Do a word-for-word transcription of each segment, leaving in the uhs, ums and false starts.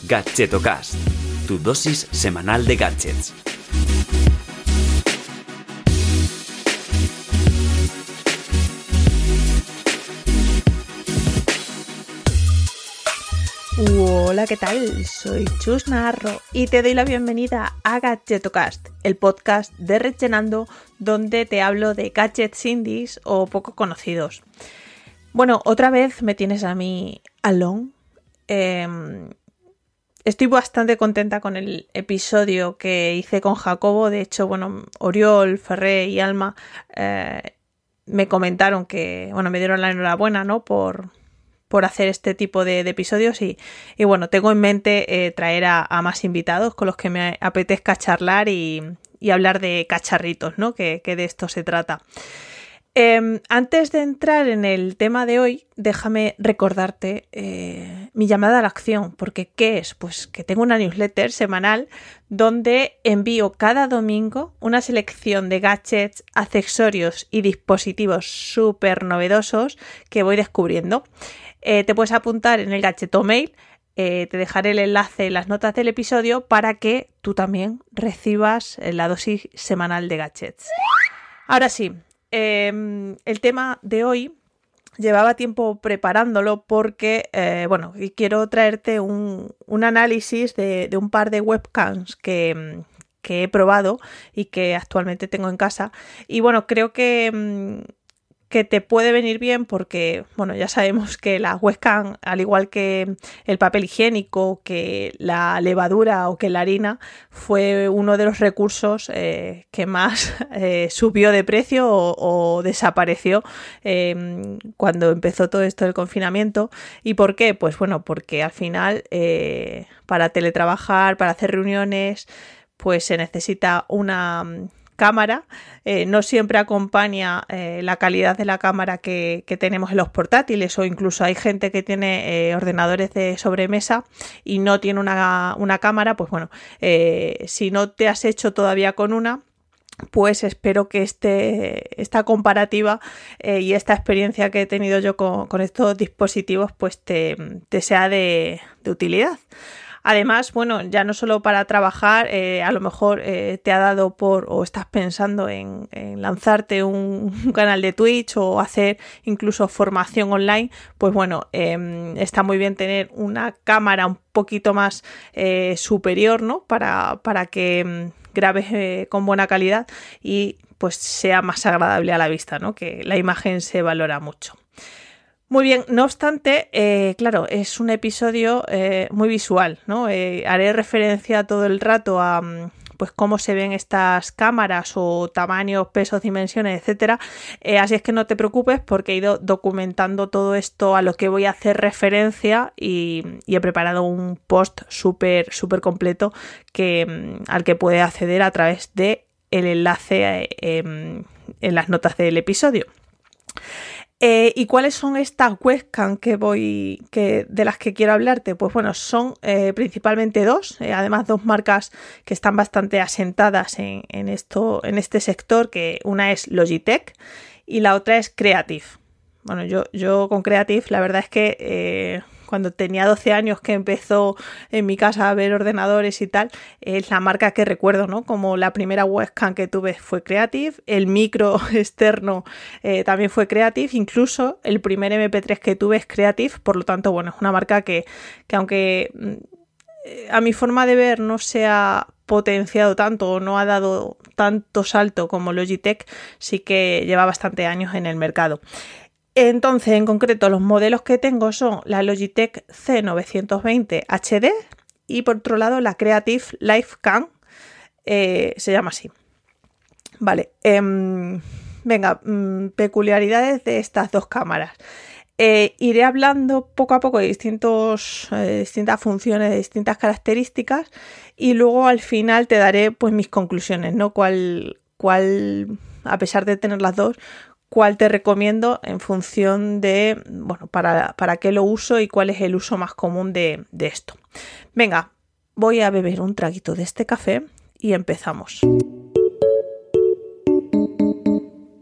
Gadgetocast, tu dosis semanal de gadgets. Hola, ¿qué tal? Soy Chus Narro y te doy la bienvenida a Gadgetocast, el podcast de Rellenando donde te hablo de gadgets indies o poco conocidos. Bueno, otra vez me tienes a mí alone. Eh, estoy bastante contenta con el episodio que hice con Jacobo. De hecho, bueno, Oriol, Ferré y Alma eh, me comentaron que, bueno, me dieron la enhorabuena, ¿no? Por... por hacer este tipo de, de episodios y, y bueno, tengo en mente eh, traer a, a más invitados con los que me apetezca charlar y, y hablar de cacharritos, ¿no? Que, que de esto se trata. Eh, antes de entrar en el tema de hoy, déjame recordarte eh, mi llamada a la acción, porque ¿qué es? Pues que tengo una newsletter semanal donde envío cada domingo una selección de gadgets, accesorios y dispositivos súper novedosos que voy descubriendo. Eh, te puedes apuntar en el Gadgetomail, eh, te dejaré el enlace en las notas del episodio para que tú también recibas la dosis semanal de gadgets. Ahora sí, eh, el tema de hoy llevaba tiempo preparándolo porque, eh, bueno, quiero traerte un, un análisis de, de un par de webcams que, que he probado y que actualmente tengo en casa. Y bueno, creo que... que te puede venir bien porque, bueno, ya sabemos que la webcam, al igual que el papel higiénico, que la levadura o que la harina, fue uno de los recursos eh, que más eh, subió de precio o, o desapareció eh, cuando empezó todo esto del confinamiento. ¿Y por qué? Pues bueno, porque al final eh, para teletrabajar, para hacer reuniones, pues se necesita una cámara, eh, no siempre acompaña eh, la calidad de la cámara que, que tenemos en los portátiles, o incluso hay gente que tiene eh, ordenadores de sobremesa y no tiene una, una cámara. Pues bueno, eh, si no te has hecho todavía con una, pues espero que este, esta comparativa eh, y esta experiencia que he tenido yo con, con estos dispositivos pues te, te sea de, de utilidad. Además, bueno, ya no solo para trabajar, eh, a lo mejor eh, te ha dado por o estás pensando en, en lanzarte un, un canal de Twitch o hacer incluso formación online, pues bueno, eh, está muy bien tener una cámara un poquito más eh, superior, ¿no? Para, para que eh, grabes eh, con buena calidad y pues sea más agradable a la vista, ¿no? Que la imagen se valora mucho. Muy bien, no obstante, eh, claro, es un episodio eh, muy visual, ¿no? Eh, haré referencia todo el rato a pues cómo se ven estas cámaras o tamaños, pesos, dimensiones, etcétera. Eh, así es que no te preocupes porque he ido documentando todo esto a lo que voy a hacer referencia y, y he preparado un post súper, súper completo que, al que puedes acceder a través del enlace eh, en las notas del episodio. Eh, ¿Y cuáles son estas webcams que voy, que, de las que quiero hablarte? Pues bueno, son eh, principalmente dos, eh, además dos marcas que están bastante asentadas en, en, esto, en este sector, que una es Logitech y la otra es Creative. Bueno, yo, yo con Creative la verdad es que eh, cuando tenía doce años que empezó en mi casa a ver ordenadores y tal, es la marca que recuerdo, ¿no? Como la primera webcam que tuve fue Creative, el micro externo eh, también fue Creative, incluso el primer eme pe tres que tuve es Creative, por lo tanto, bueno, es una marca que, que aunque eh, a mi forma de ver no se ha potenciado tanto o no ha dado tanto salto como Logitech, sí que lleva bastante años en el mercado. Entonces, en concreto, los modelos que tengo son la Logitech ce novecientos veinte hache de y por otro lado la Creative LiveCam, eh, se llama así. Vale, eh, venga, mmm, peculiaridades de estas dos cámaras. Eh, iré hablando poco a poco de distintos, eh, distintas funciones, de distintas características y luego al final te daré pues mis conclusiones, ¿no? Cuál, cuál, a pesar de tener las dos, cuál te recomiendo en función de, bueno, para, para qué lo uso y cuál es el uso más común de, de esto. Venga, voy a beber un traguito de este café y empezamos.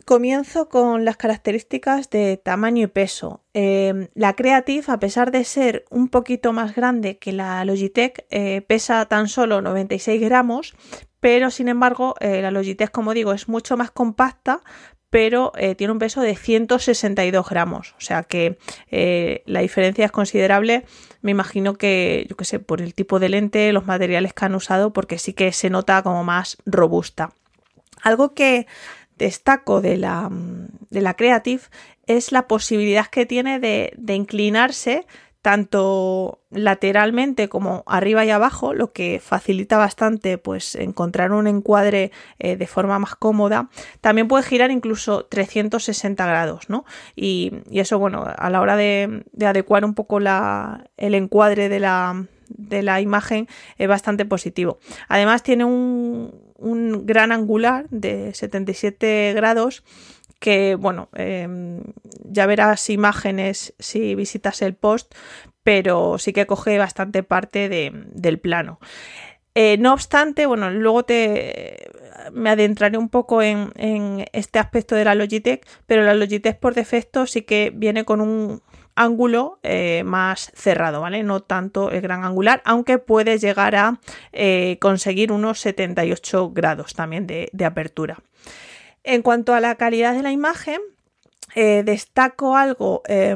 Comienzo con las características de tamaño y peso. Eh, la Creative, a pesar de ser un poquito más grande que la Logitech, eh, pesa tan solo noventa y seis gramos, pero sin embargo eh, la Logitech, como digo, es mucho más compacta, pero eh, tiene un peso de ciento sesenta y dos gramos, o sea que eh, la diferencia es considerable. Me imagino que, yo qué sé, por el tipo de lente, los materiales que han usado, porque sí que se nota como más robusta. Algo que destaco de la, de la Creative es la posibilidad que tiene de, de inclinarse tanto lateralmente como arriba y abajo, lo que facilita bastante pues encontrar un encuadre eh, de forma más cómoda. También puede girar incluso trescientos sesenta grados, ¿no? Y, y eso, bueno, a la hora de, de adecuar un poco la, el encuadre de la, de la imagen es bastante positivo. Además tiene un, un gran angular de setenta y siete grados que, bueno, eh, ya verás imágenes si visitas el post, pero sí que coge bastante parte de, del plano. Eh, no obstante, bueno, luego te me adentraré un poco en, en este aspecto de la Logitech, pero la Logitech por defecto sí que viene con un ángulo eh, más cerrado, ¿vale? No tanto el gran angular, aunque puedes llegar a eh, conseguir unos setenta y ocho grados también de, de apertura. En cuanto a la calidad de la imagen, eh, destaco algo eh,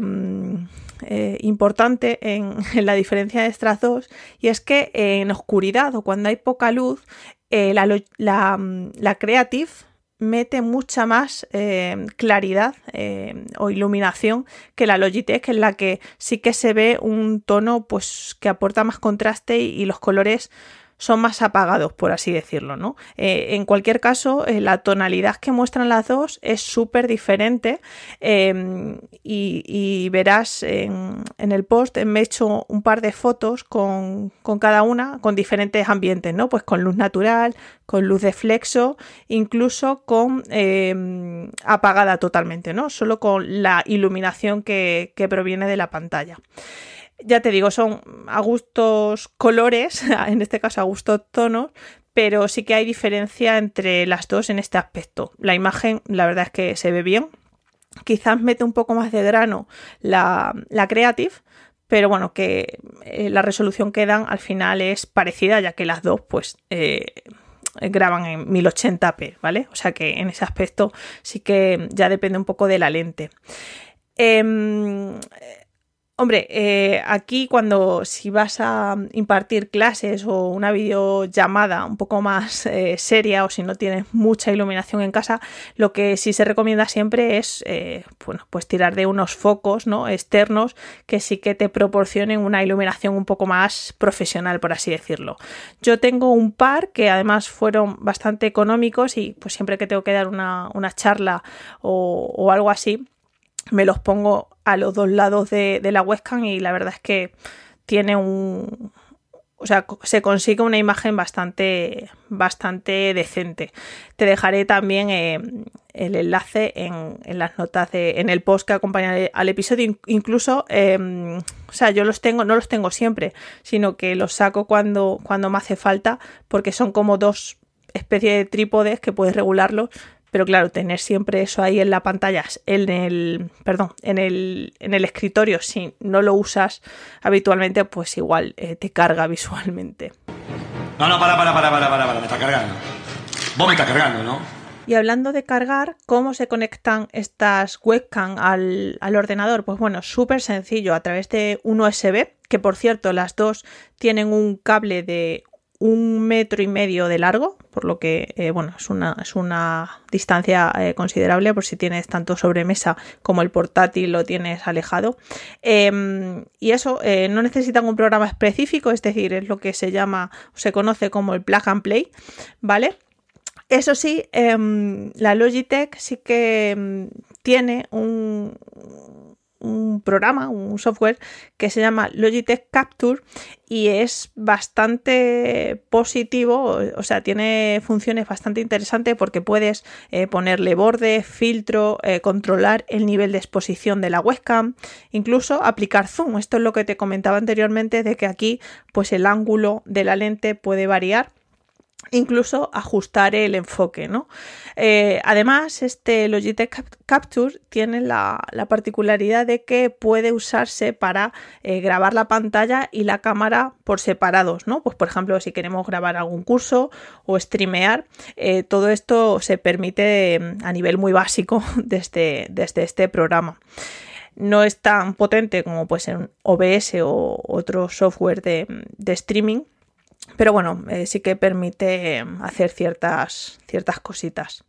eh, importante en, en la diferencia de estas dos, y es que eh, en oscuridad o cuando hay poca luz, eh, la, la, la Creative mete mucha más eh, claridad eh, o iluminación que la Logitech, en la que sí que se ve un tono pues que aporta más contraste y, y los colores son más apagados, por así decirlo, ¿no? Eh, en cualquier caso, eh, la tonalidad que muestran las dos es súper diferente eh, y, y verás en, en el post me he hecho un par de fotos con, con cada una, con diferentes ambientes, ¿no? Pues con luz natural, con luz de flexo, incluso con eh, apagada totalmente, ¿no? Solo con la iluminación que, que proviene de la pantalla. Ya te digo, son a gustos colores, en este caso a gustos tonos, pero sí que hay diferencia entre las dos en este aspecto. La imagen, la verdad es que se ve bien. Quizás mete un poco más de grano la, la Creative, pero bueno, que eh, la resolución que dan al final es parecida, ya que las dos pues eh, graban en mil ochenta p, ¿vale? O sea que en ese aspecto sí que ya depende un poco de la lente. Eh, Hombre, eh, aquí cuando si vas a impartir clases o una videollamada un poco más eh, seria, o si no tienes mucha iluminación en casa, lo que sí se recomienda siempre es eh, bueno, pues tirar de unos focos, ¿no?, externos que sí que te proporcionen una iluminación un poco más profesional, por así decirlo. Yo tengo un par que además fueron bastante económicos y pues siempre que tengo que dar una, una charla o, o algo así, me los pongo a los dos lados de, de la webcam y la verdad es que tiene un... O sea, se consigue una imagen bastante, bastante decente. Te dejaré también eh, el enlace en, en las notas, de, en el post que acompaña al episodio. Incluso, eh, o sea, yo los tengo, no los tengo siempre, sino que los saco cuando, cuando me hace falta, porque son como dos especies de trípodes que puedes regularlos. Pero claro, tener siempre eso ahí en la pantalla, en el, perdón, en el, en el escritorio, si no lo usas habitualmente, pues igual eh, te carga visualmente. No, no, para, para, para, para, para, para, me está cargando. Vos me estás cargando, ¿no? Y hablando de cargar, ¿cómo se conectan estas webcam al, al ordenador? Pues bueno, súper sencillo, a través de un U S B, que por cierto las dos tienen un cable de un metro y medio de largo, por lo que eh, bueno, es una, es una distancia eh, considerable por si tienes tanto sobremesa como el portátil lo tienes alejado. Eh, y eso, eh, no necesitan un programa específico, es decir, es lo que se llama, o se conoce como el plug and play, ¿vale? Eso sí, eh, la Logitech sí que eh, tiene un... un programa, un software que se llama Logitech Capture y es bastante positivo, o sea, tiene funciones bastante interesantes porque puedes eh, ponerle borde, filtro, eh, controlar el nivel de exposición de la webcam, incluso aplicar zoom. Esto es lo que te comentaba anteriormente, de que aquí pues el ángulo de la lente puede variar. incluso ajustar el enfoque, ¿no? Eh, además, este Logitech Capture tiene la, la particularidad de que puede usarse para eh, grabar la pantalla y la cámara por separados, ¿no? Pues por ejemplo, si queremos grabar algún curso o streamear, eh, todo esto se permite a nivel muy básico desde, desde este programa. No es tan potente como puede ser O B S o otro software de, de streaming, pero bueno, eh, sí que permite hacer ciertas, ciertas cositas.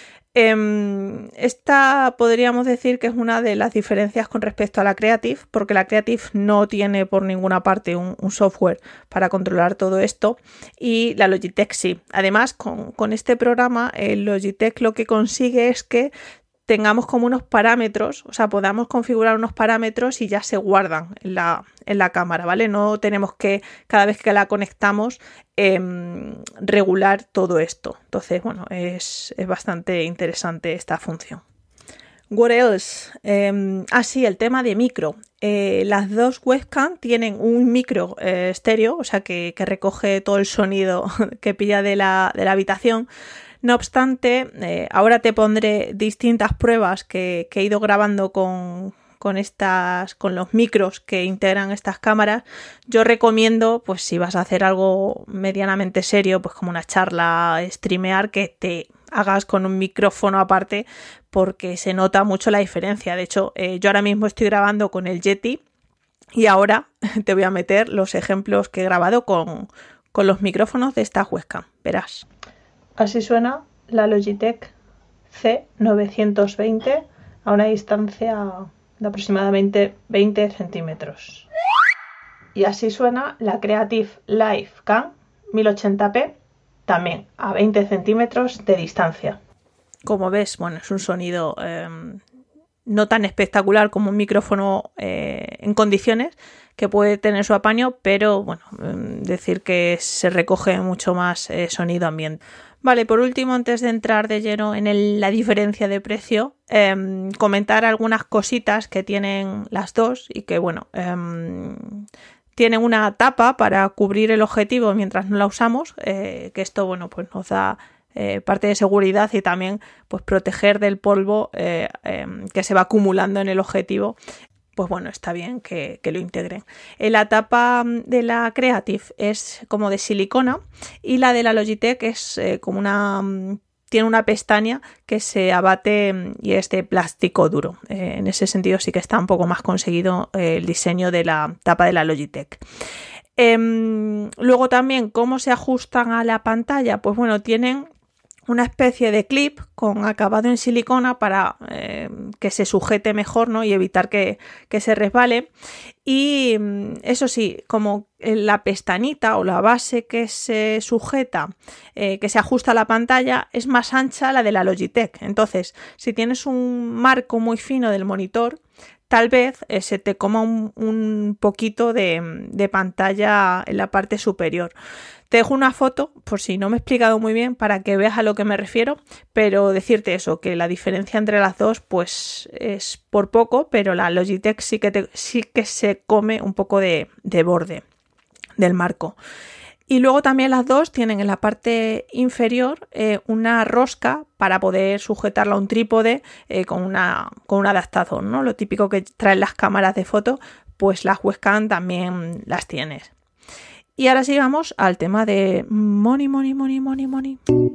Eh, esta podríamos decir que es una de las diferencias con respecto a la Creative, porque la Creative no tiene por ninguna parte un, un software para controlar todo esto y la Logitech sí. Además, con, con este programa, el Logitech lo que consigue es que tengamos como unos parámetros, o sea, podamos configurar unos parámetros y ya se guardan en la, en la cámara, ¿vale? No tenemos que, cada vez que la conectamos, eh, regular todo esto. Entonces, bueno, es, es bastante interesante esta función. What else? Eh, ah, sí, el tema de micro. Eh, las dos webcam tienen un micro eh, estéreo, o sea, que, que recoge todo el sonido que pilla de la, de la habitación. No obstante, eh, ahora te pondré distintas pruebas que, que he ido grabando con, con, estas, con los micros que integran estas cámaras. Yo recomiendo, pues si vas a hacer algo medianamente serio, pues como una charla, streamear, que te hagas con un micrófono aparte porque se nota mucho la diferencia. De hecho, eh, yo ahora mismo estoy grabando con el Yeti y ahora te voy a meter los ejemplos que he grabado con, con los micrófonos de esta webcam. Verás. Así suena la Logitech C novecientos veinte a una distancia de aproximadamente veinte centímetros. Y así suena la Creative Live Cam mil ochenta p también a veinte centímetros de distancia. Como ves, bueno, es un sonido eh, no tan espectacular como un micrófono eh, en condiciones, que puede tener su apaño, pero bueno, eh, decir que se recoge mucho más eh, sonido ambiente. Vale, por último, antes de entrar de lleno en el, la diferencia de precio, eh, comentar algunas cositas que tienen las dos y que, bueno, eh, tienen una tapa para cubrir el objetivo mientras no la usamos, eh, que esto, bueno, pues nos da eh, parte de seguridad y también, pues, proteger del polvo eh, eh, que se va acumulando en el objetivo. Pues bueno, está bien que, que lo integren. La tapa de la Creative es como de silicona y la de la Logitech es eh, como una... tiene una pestaña que se abate y es de plástico duro. Eh, en ese sentido sí que está un poco más conseguido eh, el diseño de la tapa de la Logitech. Eh, luego también, ¿cómo se ajustan a la pantalla? Pues bueno, tienen una especie de clip con acabado en silicona para eh, que se sujete mejor, ¿no? Y evitar que, que se resbale. Y eso sí, como la pestañita o la base que se sujeta, eh, que se ajusta a la pantalla, es más ancha la de la Logitech. Entonces, si tienes un marco muy fino del monitor, tal vez eh, se te coma un, un poquito de, de pantalla en la parte superior. Te dejo una foto, por si no me he explicado muy bien, para que veas a lo que me refiero, pero decirte eso, que la diferencia entre las dos pues es por poco, pero la Logitech sí que, te, sí que se come un poco de, de borde del marco. Y luego también las dos tienen en la parte inferior eh, una rosca para poder sujetarla a un trípode eh, con, una, con un adaptador, ¿no? Lo típico que traen las cámaras de foto, pues las webcam también las tienes. Y ahora sí vamos al tema de money, money, money, money, money.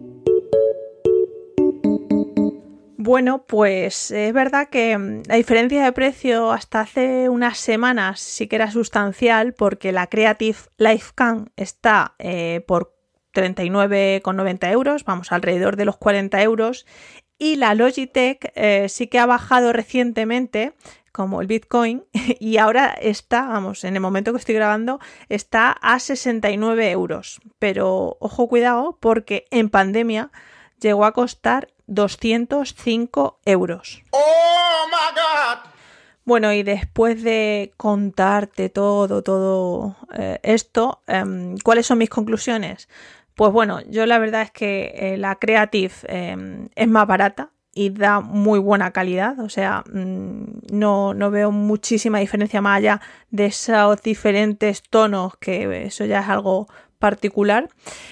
Bueno, pues es verdad que la diferencia de precio hasta hace unas semanas sí que era sustancial, porque la Creative Live Cam está eh, por treinta y nueve con noventa euros, vamos, alrededor de los cuarenta euros, y la Logitech eh, sí que ha bajado recientemente, como el Bitcoin, y ahora está, vamos, en el momento que estoy grabando, está a sesenta y nueve euros. Pero ojo, cuidado, porque en pandemia llegó a costar doscientos cinco euros. ¡Oh, my God! Bueno, y después de contarte todo, todo eh, esto, eh, ¿cuáles son mis conclusiones? Pues bueno, yo la verdad es que eh, la Creative eh, es más barata y da muy buena calidad, o sea, no, no veo muchísima diferencia más allá de esos diferentes tonos, que eso ya es algo particular.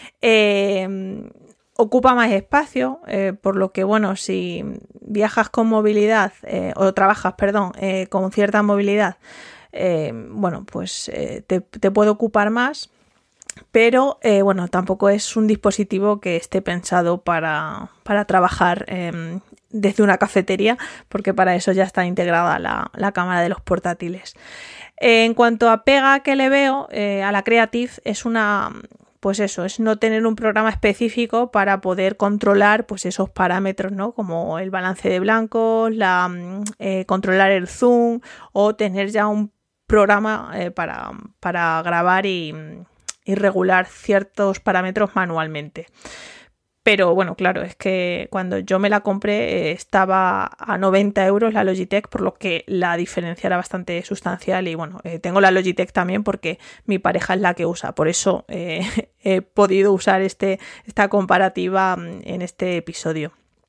Eh, ocupa más espacio, eh, por lo que, bueno, si viajas con movilidad, eh, o trabajas, perdón, eh, con cierta movilidad, eh, bueno, pues eh, te, te puede ocupar más, pero, eh, bueno, tampoco es un dispositivo que esté pensado para, para trabajar eh, desde una cafetería, porque para eso ya está integrada la, la cámara de los portátiles. Eh, en cuanto a pega que le veo eh, a la Creative, es una... Pues eso, es no tener un programa específico para poder controlar pues esos parámetros, ¿no? Como el balance de blancos, la, eh, controlar el zoom o tener ya un programa eh, para, para grabar y, y regular ciertos parámetros manualmente. Pero bueno, claro, es que cuando yo me la compré eh, estaba a noventa euros la Logitech, por lo que la diferencia era bastante sustancial. Y bueno, eh, tengo la Logitech también porque mi pareja es la que usa. Por eso eh, he podido usar este, esta comparativa en este episodio.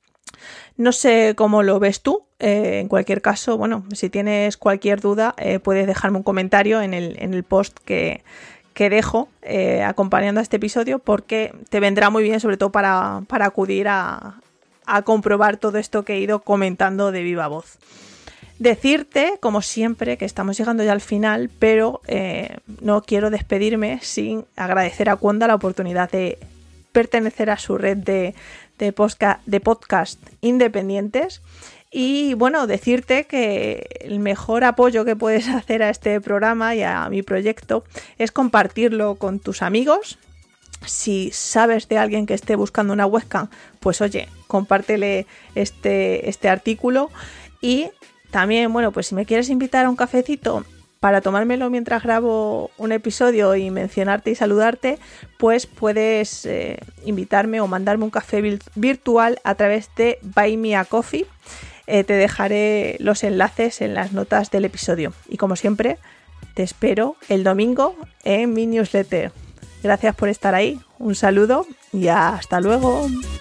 No sé cómo lo ves tú. Eh, en cualquier caso, bueno, si tienes cualquier duda, eh, puedes dejarme un comentario en el, en el post que... que dejo eh, acompañando a este episodio, porque te vendrá muy bien, sobre todo para, para acudir a, a comprobar todo esto que he ido comentando de viva voz. Decirte, como siempre, que estamos llegando ya al final, pero eh, no quiero despedirme sin agradecer a Cuonda la oportunidad de pertenecer a su red de, de, posca, de podcast independientes. Y bueno, decirte que el mejor apoyo que puedes hacer a este programa y a mi proyecto es compartirlo con tus amigos. Si sabes de alguien que esté buscando una webcam, pues oye, compártele este, este artículo. Y también, bueno, pues si me quieres invitar a un cafecito para tomármelo mientras grabo un episodio y mencionarte y saludarte, pues puedes eh, invitarme o mandarme un café virtual a través de Buy Me a Coffee. Eh, te dejaré los enlaces en las notas del episodio. Y como siempre, te espero el domingo en mi newsletter. Gracias por estar ahí. Un saludo y hasta luego.